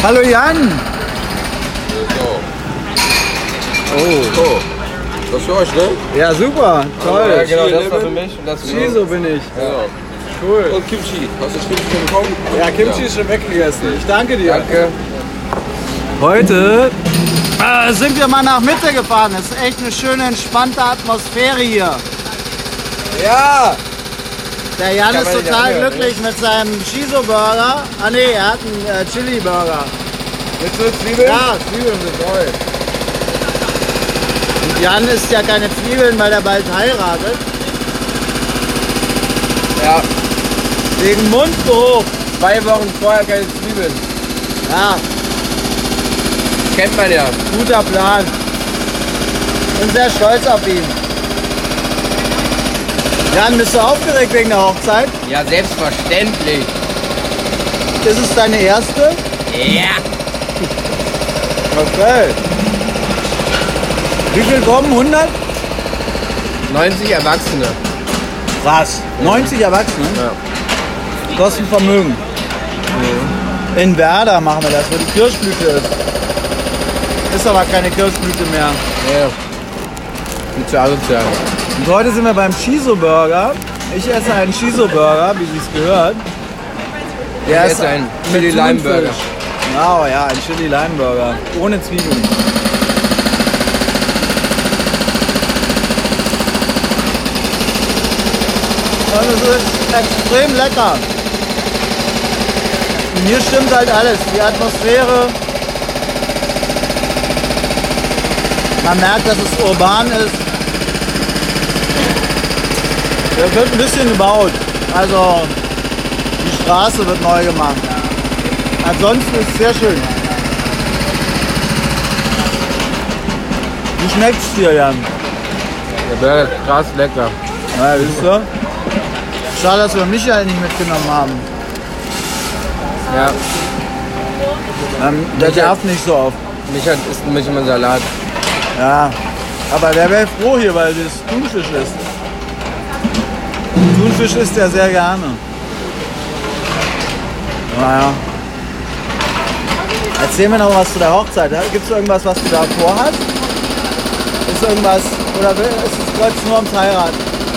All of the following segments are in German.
Hallo Jan. Oh. Das ist für euch, ne? Ja, super. Toll. Ja, genau, das war für mich. Und das Shiso bin ich. Ja. Cool. Und Kimchi. Hast du das Kimchi schon bekommen? Ja, Kimchi ist schon weggegessen. Ich danke dir. Danke. Heute sind wir mal nach Mitte gefahren. Es ist echt eine schöne, entspannte Atmosphäre hier. Ja! Der Jan Kann ist man nicht total anhören, glücklich mit seinem Shiso-Burger. Ah ne, er hat einen Chili-Burger. Willst du Zwiebeln? Ja, Zwiebeln sind toll. Und Jan isst ja keine Zwiebeln, weil er bald heiratet. Ja. Wegen Mundgeruch. 2 Wochen vorher keine Zwiebeln. Ja, Kennt man ja. guter Plan. Bin sehr stolz auf ihn. Jan, bist du aufgeregt wegen der Hochzeit? Ja, selbstverständlich. Ist es deine erste? Ja. Okay. Wie viel kommen? 100? 90 Erwachsene. Was? 90 Erwachsene? Ja. Kosten Vermögen. In Werder machen wir das, wo die Kirschblüte ist. Ist aber keine Kirschblüte mehr. Ja. Nicht zu asozial. Und heute sind wir beim Shiso-Burger. Ich esse einen Shiso-Burger, wie es gehört. Der Ich esse einen Chili-Lime-Burger. Genau, ja, ein Chili-Lime-Burger. Ohne Zwiebeln. Und es ist extrem lecker. Und hier stimmt halt alles. Die Atmosphäre. Man merkt, dass es urban ist. Da wird ein bisschen gebaut. Also die Straße wird neu gemacht. Ansonsten ist es sehr schön. Wie schmeckt's dir, Jan? Der Burger ist krass lecker. Na, siehst du? Schade, dass wir Michael nicht mitgenommen haben. Ja. Der darf nicht so oft. Micha isst nämlich immer Salat. Ja, aber der wäre froh hier, weil das Thunfisch ist. Thunfisch isst er sehr gerne. Naja. Erzähl mir noch was zu der Hochzeit. Gibt es irgendwas, was du da vorhast? Ist irgendwas, oder ist es Kreuz nur ums Heiraten?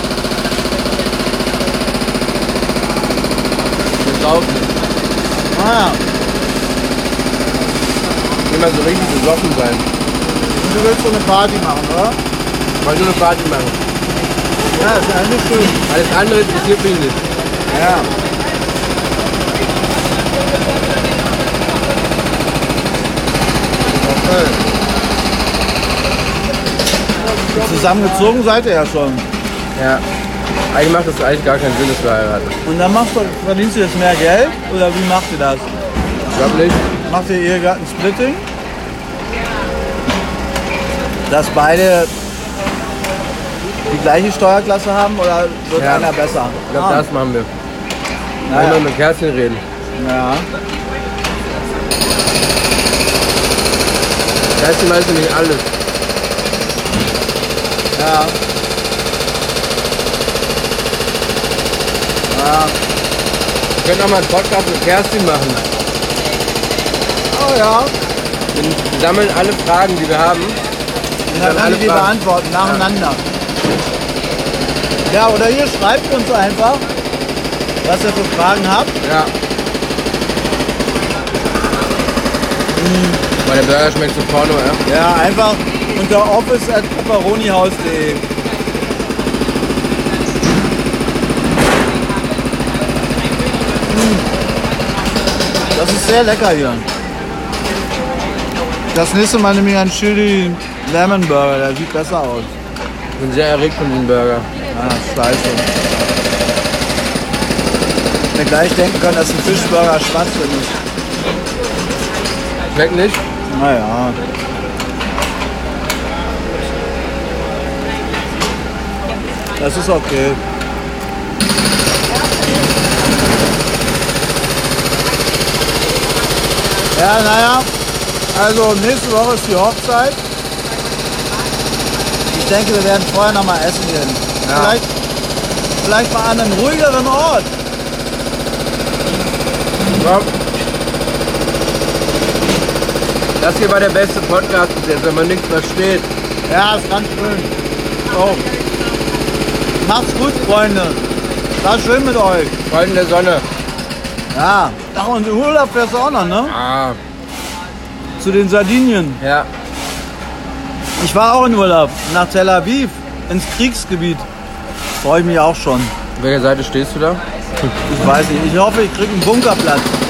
Wir saufen. Ah ja. Immer so richtig besoffen sein. Und du willst so eine Party machen, oder? Ich wollte nur eine Party machen. Ja, ist ja eigentlich schön. Alles andere interessiert mich nicht. Ja. Okay. Zusammengezogen seid ihr ja schon. Ja. Eigentlich macht das eigentlich gar keinen Sinn, dass wir heiraten. Und dann verdienst du jetzt mehr Geld? Oder wie macht ihr das? Ich glaube nicht. Macht ihr Ehegattensplitting? Dass beide die gleiche Steuerklasse haben oder wird Ja. einer besser? Ich glaube, das machen wir. naja. Wenn wir mit Kerstin reden. Ja. Kerstin weiß nämlich alles. Ja. Ja. Wir können auch mal einen Podcast mit Kerstin machen. Oh ja. Wir sammeln alle Fragen, die wir haben. Und dann alle alle die Fragen. beantworten, nacheinander. Ja, oder ihr schreibt uns einfach, was ihr für Fragen habt. Ja. Weil der Burger schmeckt so porno, ja? Ja, einfach unter office@pepperonihaus.de. Das ist sehr lecker hier. Das nächste Mal nehme ich einen Chili Lemon Burger, der sieht besser aus. Ich bin sehr erregt von diesem Burger. Ah, scheiße. Ich hätte gleich denken können, dass ein Fischburger Schwachsinn ist. Schmeckt nicht? Naja. Das ist okay. Ja, naja. Also nächste Woche ist die Hochzeit. Ich denke, wir werden vorher noch mal essen gehen. Ja. Vielleicht mal an einem ruhigeren Ort. Ja. Das hier war der beste Podcast bis jetzt, wenn man nichts versteht. Ja, ist ganz schön. So. Macht's gut, Freunde. War schön mit euch. Freunde der Sonne. Ja. Ach, und in Urlaub fährst du auch noch, ne? Ah, Zu den Sardinien. ja. Ich war auch in Urlaub. Nach Tel Aviv. Ins Kriegsgebiet. Freue ich mich auch schon. Auf welcher Seite stehst du da? Ich weiß nicht. Ich hoffe, ich kriege einen Bunkerplatz.